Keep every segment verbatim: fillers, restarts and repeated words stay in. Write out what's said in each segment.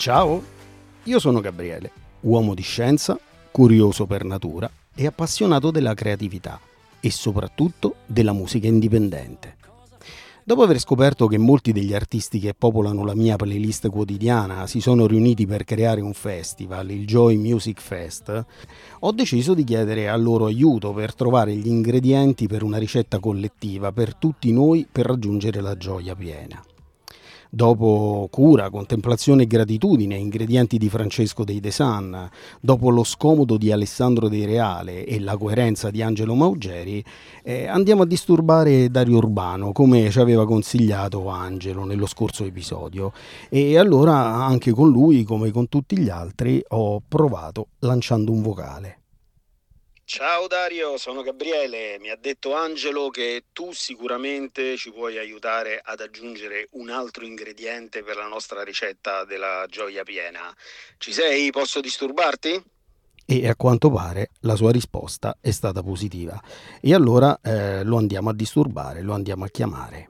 Ciao, io sono Gabriele, uomo di scienza, curioso per natura e appassionato della creatività e soprattutto della musica indipendente. Dopo aver scoperto che molti degli artisti che popolano la mia playlist quotidiana si sono riuniti per creare un festival, il Joy Music Fest, ho deciso di chiedere al loro aiuto per trovare gli ingredienti per una ricetta collettiva per tutti noi per raggiungere la gioia piena. Dopo cura, contemplazione e gratitudine, ingredienti di Francesco Dei Desan, dopo lo scomodo di Alessandro Dei Reale e la coerenza di Angelo Maugeri, eh, andiamo a disturbare Dario Urbano, come ci aveva consigliato Angelo nello scorso episodio. E allora anche con lui, come con tutti gli altri, ho provato lanciando un vocale. Ciao Dario, sono Gabriele. Mi ha detto Angelo che tu sicuramente ci puoi aiutare ad aggiungere un altro ingrediente per la nostra ricetta della gioia piena. Ci sei? Posso disturbarti? E a quanto pare la sua risposta è stata positiva. E allora eh, lo andiamo a disturbare, lo andiamo a chiamare.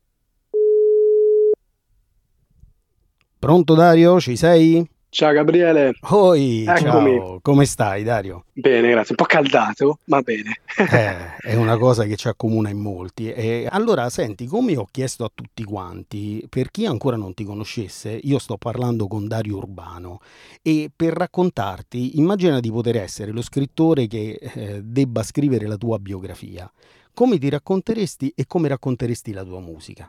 Pronto Dario? Ci sei? Ciao Gabriele. Oi, Eccomi. ciao, come stai Dario? Bene, grazie. Un po' caldato, ma bene. Eh, è una cosa che ci accomuna in molti. E allora, senti, come ho chiesto a tutti quanti, per chi ancora non ti conoscesse, io sto parlando con Dario Urbano e per raccontarti, immagina di poter essere lo scrittore che eh, debba scrivere la tua biografia. Come ti racconteresti e come racconteresti la tua musica?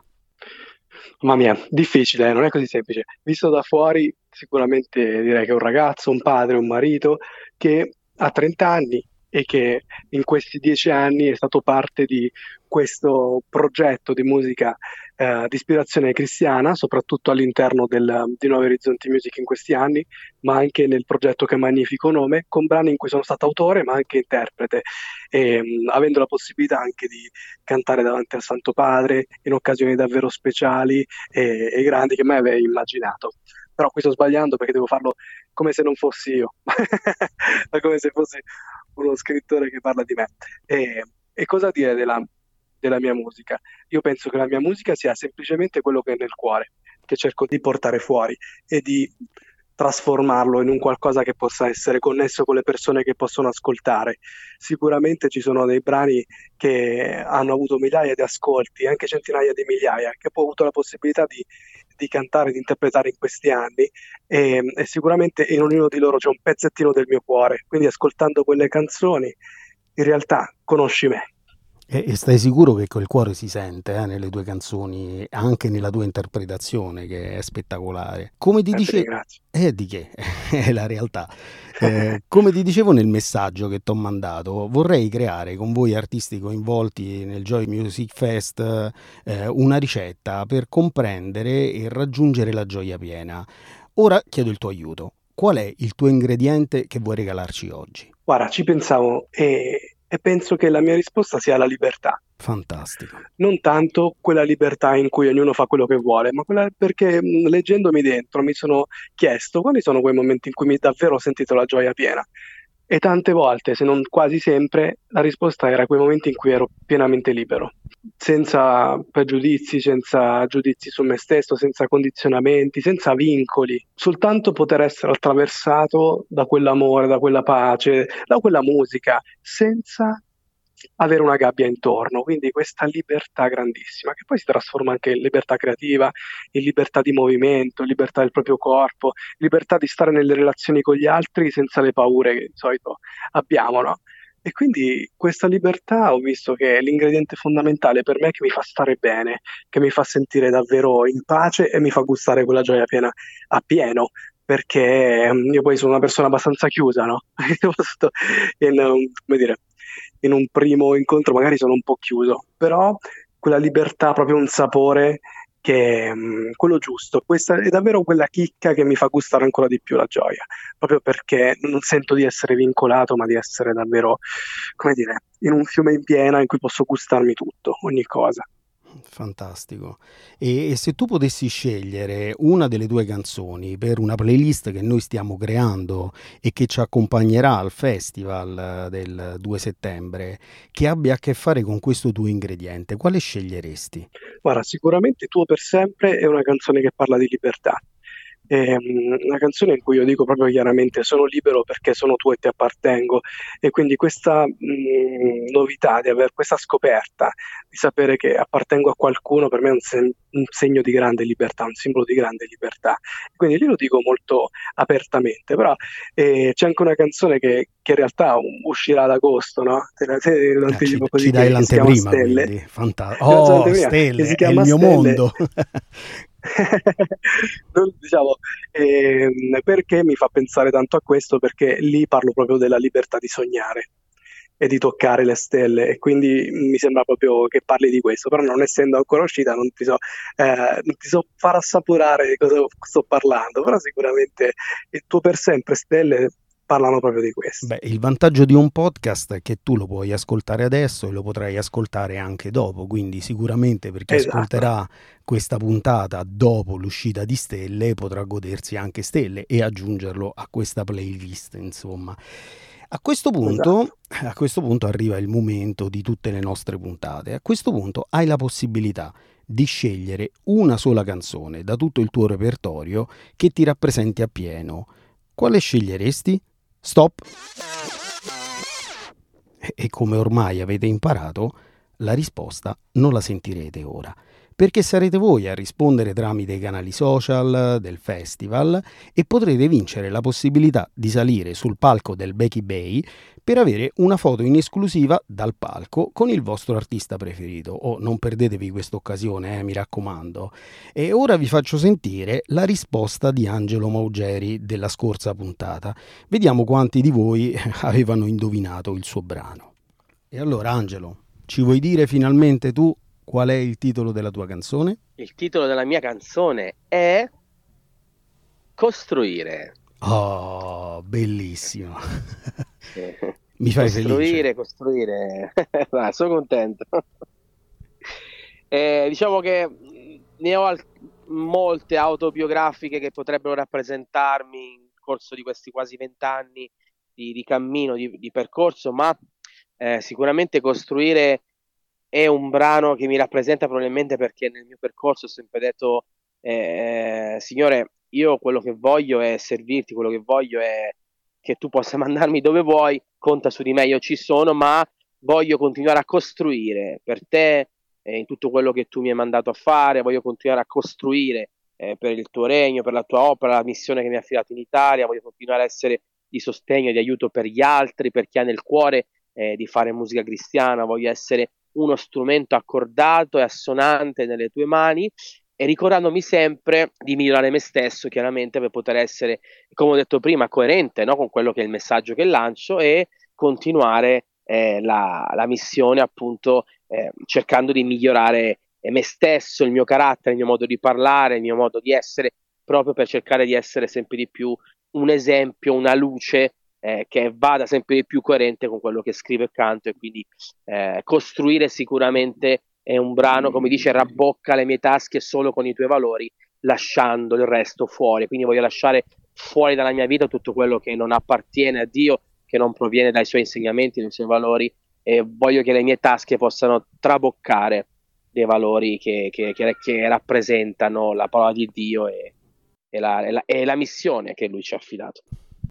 Mamma mia, difficile, eh, non è così semplice. Visto da fuori, sicuramente direi che è un ragazzo, un padre, un marito che ha trenta anni e che in questi dieci anni è stato parte di questo progetto di musica eh, di ispirazione cristiana, soprattutto all'interno del, di Nuovi Orizzonti Music in questi anni, ma anche nel progetto che è Magnifico Nome, con brani in cui sono stato autore ma anche interprete, e, mh, avendo la possibilità anche di cantare davanti al Santo Padre in occasioni davvero speciali e, e grandi che mai avrei immaginato. Però qui sto sbagliando perché devo farlo come se non fossi io, ma come se fossi uno scrittore che parla di me. E, e cosa dire della, della mia musica? Io penso che la mia musica sia semplicemente quello che è nel cuore, che cerco di portare fuori e di trasformarlo in un qualcosa che possa essere connesso con le persone che possono ascoltare. Sicuramente ci sono dei brani che hanno avuto migliaia di ascolti, anche centinaia di migliaia, che ho avuto la possibilità di, di cantare, di interpretare in questi anni e, e sicuramente in ognuno di loro c'è un pezzettino del mio cuore, quindi ascoltando quelle canzoni in realtà conosci me. E, e stai sicuro che quel cuore si sente eh, nelle tue canzoni, anche nella tua interpretazione, che è spettacolare. Come ti Eh, ti dice... ringrazio. Eh, di che? È la realtà. Eh, come ti dicevo nel messaggio che ti ho mandato, vorrei creare con voi artisti coinvolti nel Joy Music Fest eh, una ricetta per comprendere e raggiungere la gioia piena. Ora chiedo il tuo aiuto. Qual è il tuo ingrediente che vuoi regalarci oggi? Guarda, ci pensavo e, e penso che la mia risposta sia la libertà. Fantastico. Non tanto quella libertà in cui ognuno fa quello che vuole, ma quella perché mh, leggendomi dentro mi sono chiesto quali sono quei momenti in cui mi davvero ho sentito la gioia piena. E tante volte, se non quasi sempre, la risposta era quei momenti in cui ero pienamente libero, senza pregiudizi, senza giudizi su me stesso, senza condizionamenti, senza vincoli, soltanto poter essere attraversato da quell'amore, da quella pace, da quella musica, senza avere una gabbia intorno, quindi questa libertà grandissima, che poi si trasforma anche in libertà creativa, in libertà di movimento, in libertà del proprio corpo, libertà di stare nelle relazioni con gli altri senza le paure che di solito abbiamo, no? E quindi questa libertà ho visto che è l'ingrediente fondamentale per me che mi fa stare bene, che mi fa sentire davvero in pace e mi fa gustare quella gioia piena a pieno. Perché io poi sono una persona abbastanza chiusa, no? in, um, come dire, in un primo incontro magari sono un po' chiuso, però quella libertà, proprio un sapore che è mh, quello giusto. Questa è davvero quella chicca che mi fa gustare ancora di più la gioia, proprio perché non sento di essere vincolato, ma di essere davvero, come dire, in un fiume in piena in cui posso gustarmi tutto, ogni cosa. Fantastico. E, e se tu potessi scegliere una delle tue canzoni per una playlist che noi stiamo creando e che ci accompagnerà al festival del due settembre, che abbia a che fare con questo tuo ingrediente, quale sceglieresti? Guarda, sicuramente Tuo per sempre è una canzone che parla di libertà. è una canzone in cui io dico proprio chiaramente sono libero perché sono tuo e ti appartengo, e quindi questa mh, novità di avere questa scoperta, di sapere che appartengo a qualcuno, per me è un, sen- un segno di grande libertà, un simbolo di grande libertà. Quindi io lo dico molto apertamente, però eh, c'è anche una canzone che, che in realtà uscirà ad agosto, no? Te la- te Ah, ci, l'anticipo così, ci dai che, che si chiama l'anteprima, Stelle. quindi fantastico. Ti faccio Oh, l'anteprima, che si stelle, è il chiama mio Stelle. mondo. Non- diciamo, ehm, perché mi fa pensare tanto a questo? Perché lì parlo proprio della libertà di sognare e di toccare le stelle, e quindi mi sembra proprio che parli di questo, però non essendo ancora uscita non ti so, eh, non ti so far assaporare di cosa sto parlando, però sicuramente il tuo Per Sempre Stelle parlano proprio di questo. Beh, il vantaggio di un podcast è che tu lo puoi ascoltare adesso e lo potrai ascoltare anche dopo, quindi sicuramente per chi Esatto, ascolterà questa puntata dopo l'uscita di Stelle potrà godersi anche Stelle e aggiungerlo a questa playlist, insomma. A questo punto, esatto. a questo punto arriva il momento di tutte le nostre puntate. A questo punto hai la possibilità di scegliere una sola canzone da tutto il tuo repertorio che ti rappresenti appieno. Quale sceglieresti? Stop. E come ormai avete imparato, la risposta non la sentirete ora, perché sarete voi a rispondere tramite i canali social del festival e potrete vincere la possibilità di salire sul palco del Becky Bay per avere una foto in esclusiva dal palco con il vostro artista preferito. Oh, non perdetevi questa occasione, eh, mi raccomando. E ora vi faccio sentire la risposta di Angelo Maugeri della scorsa puntata. Vediamo quanti di voi avevano indovinato il suo brano. E allora, Angelo, ci vuoi dire finalmente tu qual è il titolo della tua canzone? Il titolo della mia canzone è Costruire. Oh, bellissimo. Eh, Mi fai costruire, felice. costruire. Ah, sono contento. Eh, diciamo che ne ho al- molte autobiografiche che potrebbero rappresentarmi nel corso di questi quasi vent'anni di, di cammino, di, di percorso, ma eh, sicuramente Costruire è un brano che mi rappresenta, probabilmente perché nel mio percorso ho sempre detto, eh, Signore, io quello che voglio è servirti, quello che voglio è che tu possa mandarmi dove vuoi, conta su di me, io ci sono, ma voglio continuare a costruire per te, eh, in tutto quello che tu mi hai mandato a fare, voglio continuare a costruire eh, per il tuo regno, per la tua opera, la missione che mi hai affidato in Italia, voglio continuare a essere di sostegno e di aiuto per gli altri, per chi ha nel cuore eh, di fare musica cristiana, voglio essere uno strumento accordato e assonante nelle tue mani, e ricordandomi sempre di migliorare me stesso, chiaramente, per poter essere, come ho detto prima, coerente, no, con quello che è il messaggio che lancio, e continuare eh, la, la missione, appunto, eh, cercando di migliorare eh, me stesso, il mio carattere, il mio modo di parlare, il mio modo di essere, proprio per cercare di essere sempre di più un esempio, una luce eh, che vada sempre di più coerente con quello che scrivo e canto, e quindi eh, Costruire sicuramente è un brano, come dice, rabbocca le mie tasche solo con i tuoi valori, lasciando il resto fuori. Quindi voglio lasciare fuori dalla mia vita tutto quello che non appartiene a Dio, che non proviene dai suoi insegnamenti, dai suoi valori, e voglio che le mie tasche possano traboccare dei valori che, che, che, che rappresentano la parola di Dio e, e, la, e, la, e la missione che lui ci ha affidato.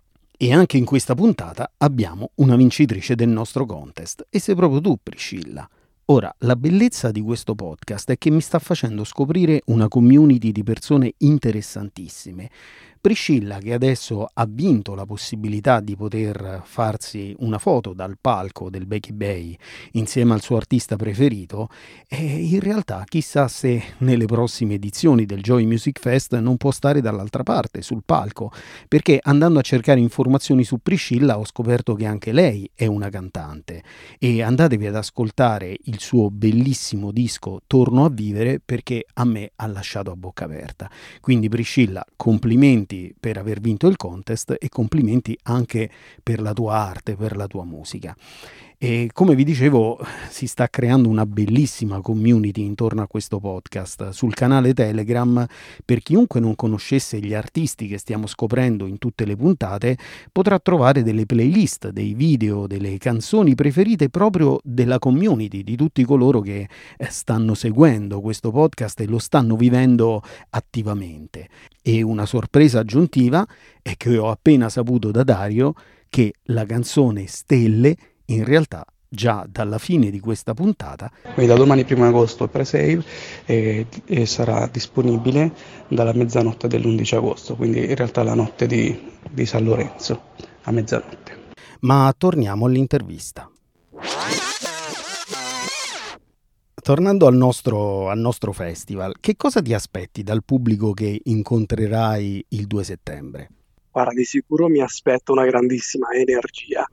E anche in questa puntata abbiamo una vincitrice del nostro contest, e sei proprio tu, Priscilla. Ora, la bellezza di questo podcast è che mi sta facendo scoprire una community di persone interessantissime. Priscilla, che adesso ha vinto la possibilità di poter farsi una foto dal palco del Becky Bay insieme al suo artista preferito, e in realtà chissà se nelle prossime edizioni del Joy Music Fest non può stare dall'altra parte, sul palco, perché andando a cercare informazioni su Priscilla ho scoperto che anche lei è una cantante, e andatevi ad ascoltare il suo bellissimo disco Torno a vivere, perché a me ha lasciato a bocca aperta. Quindi Priscilla, complimenti per aver vinto il contest e complimenti anche per la tua arte, per la tua musica. E come vi dicevo, si sta creando una bellissima community intorno a questo podcast. Sul canale Telegram, per chiunque non conoscesse gli artisti che stiamo scoprendo in tutte le puntate, potrà trovare delle playlist, dei video, delle canzoni preferite proprio della community, di tutti coloro che stanno seguendo questo podcast e lo stanno vivendo attivamente. E una sorpresa aggiuntiva è che ho appena saputo da Dario che la canzone Stelle in realtà già dalla fine di questa puntata, quindi da domani primo agosto è pre-save e, e sarà disponibile dalla mezzanotte dell'undici agosto, quindi in realtà la notte di, di San Lorenzo a mezzanotte. Ma torniamo all'intervista. Tornando al nostro, al nostro festival, che cosa ti aspetti dal pubblico che incontrerai il due settembre? Guarda, di sicuro mi aspetto una grandissima energia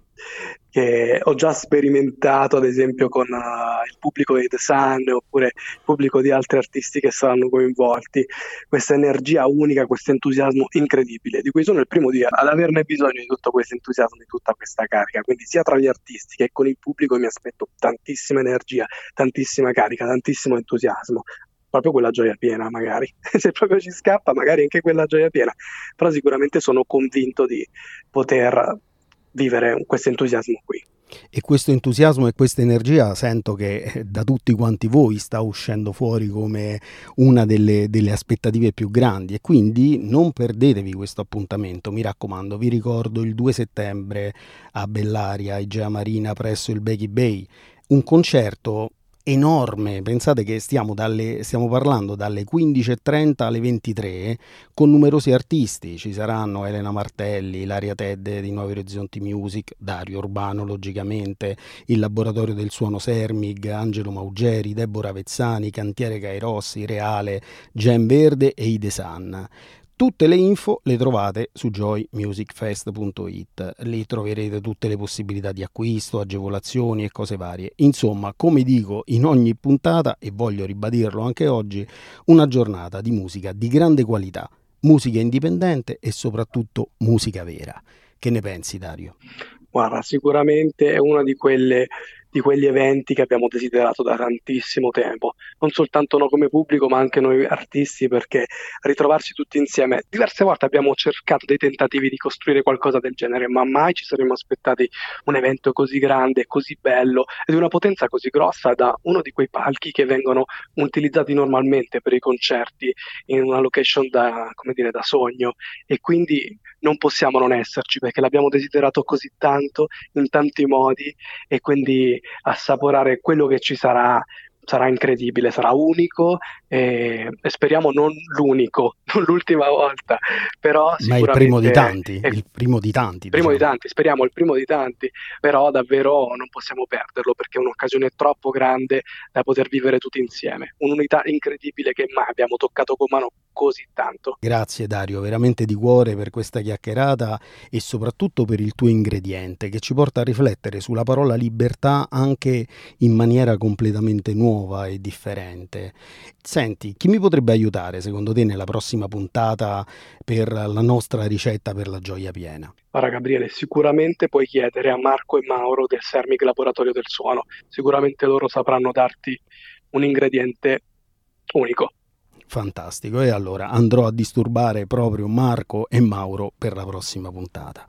che ho già sperimentato ad esempio con uh, il pubblico di The Sun oppure il pubblico di altri artisti che saranno coinvolti. Questa energia unica, questo entusiasmo incredibile, di cui sono il primo di, ad averne bisogno di tutto questo entusiasmo, di tutta questa carica. Quindi sia tra gli artisti che con il pubblico mi aspetto tantissima energia, tantissima carica, tantissimo entusiasmo. Proprio quella gioia piena magari, se proprio ci scappa magari anche quella gioia piena, però sicuramente sono convinto di poter vivere questo entusiasmo qui. E questo entusiasmo e questa energia sento che da tutti quanti voi sta uscendo fuori come una delle, delle aspettative più grandi, e quindi non perdetevi questo appuntamento, mi raccomando. Vi ricordo il due settembre a Bellaria, Igea Marina, presso il Becky Bay, un concerto enorme. Pensate che stiamo, dalle, stiamo parlando dalle quindici e trenta alle ventitré con numerosi artisti. Ci saranno Elena Martelli, Ilaria Tedde di Nuovi Orizzonti Music, Dario Urbano logicamente, il Laboratorio del Suono Sermig, Angelo Maugeri, Deborah Vezzani, Cantiere Cairossi, Reale, Gem Verde e i The Sun. Tutte le info le trovate su joy music fest punto it, lì troverete tutte le possibilità di acquisto, agevolazioni e cose varie. Insomma, come dico in ogni puntata, e voglio ribadirlo anche oggi, una giornata di musica di grande qualità, musica indipendente e soprattutto musica vera. Che ne pensi, Dario? Guarda, sicuramente è una di quelle di quegli eventi che abbiamo desiderato da tantissimo tempo, non soltanto noi come pubblico ma anche noi artisti, perché ritrovarsi tutti insieme, diverse volte abbiamo cercato dei tentativi di costruire qualcosa del genere, ma mai ci saremmo aspettati un evento così grande, così bello e di una potenza così grossa, da uno di quei palchi che vengono utilizzati normalmente per i concerti in una location da, come dire, da sogno, e quindi non possiamo non esserci perché l'abbiamo desiderato così tanto in tanti modi, e quindi assaporare quello che ci sarà sarà incredibile, sarà unico e, e speriamo non l'unico, non l'ultima volta, però ma il primo di tanti, è, il primo di tanti, primo diciamo. di tanti, speriamo il primo di tanti, però davvero non possiamo perderlo perché è un'occasione troppo grande da poter vivere tutti insieme, un'unità incredibile che mai abbiamo toccato con mano così tanto. Grazie Dario, veramente di cuore per questa chiacchierata e soprattutto per il tuo ingrediente che ci porta a riflettere sulla parola libertà anche in maniera completamente nuova e differente. Senti, chi mi potrebbe aiutare secondo te nella prossima puntata per la nostra ricetta per la gioia piena? Guarda Gabriele, sicuramente puoi chiedere a Marco e Mauro del Sermig Laboratorio del Suono, sicuramente loro sapranno darti un ingrediente unico. Fantastico, e allora andrò a disturbare proprio Marco e Mauro per la prossima puntata.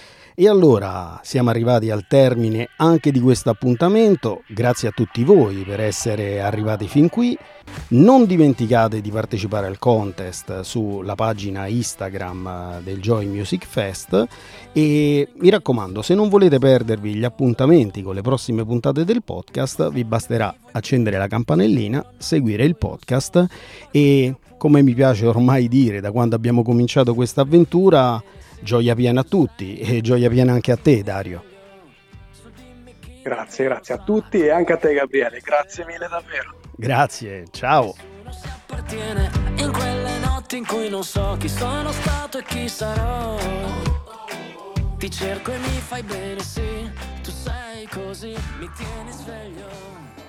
E allora siamo arrivati al termine anche di questo appuntamento, grazie a tutti voi per essere arrivati fin qui. Non dimenticate di partecipare al contest sulla pagina Instagram del Joy Music Fest e mi raccomando, se non volete perdervi gli appuntamenti con le prossime puntate del podcast, vi basterà accendere la campanellina, seguire il podcast e, come mi piace ormai dire da quando abbiamo cominciato questa avventura, gioia piena a tutti e gioia piena anche a te, Dario. Grazie, grazie a tutti e anche a te Gabriele, grazie mille davvero. Grazie, ciao. Si appartiene in quelle notti in cui non so chi sono stato e chi sarò. Ti cerco e mi fai bene, sì, tu sei così, mi tieni sveglio.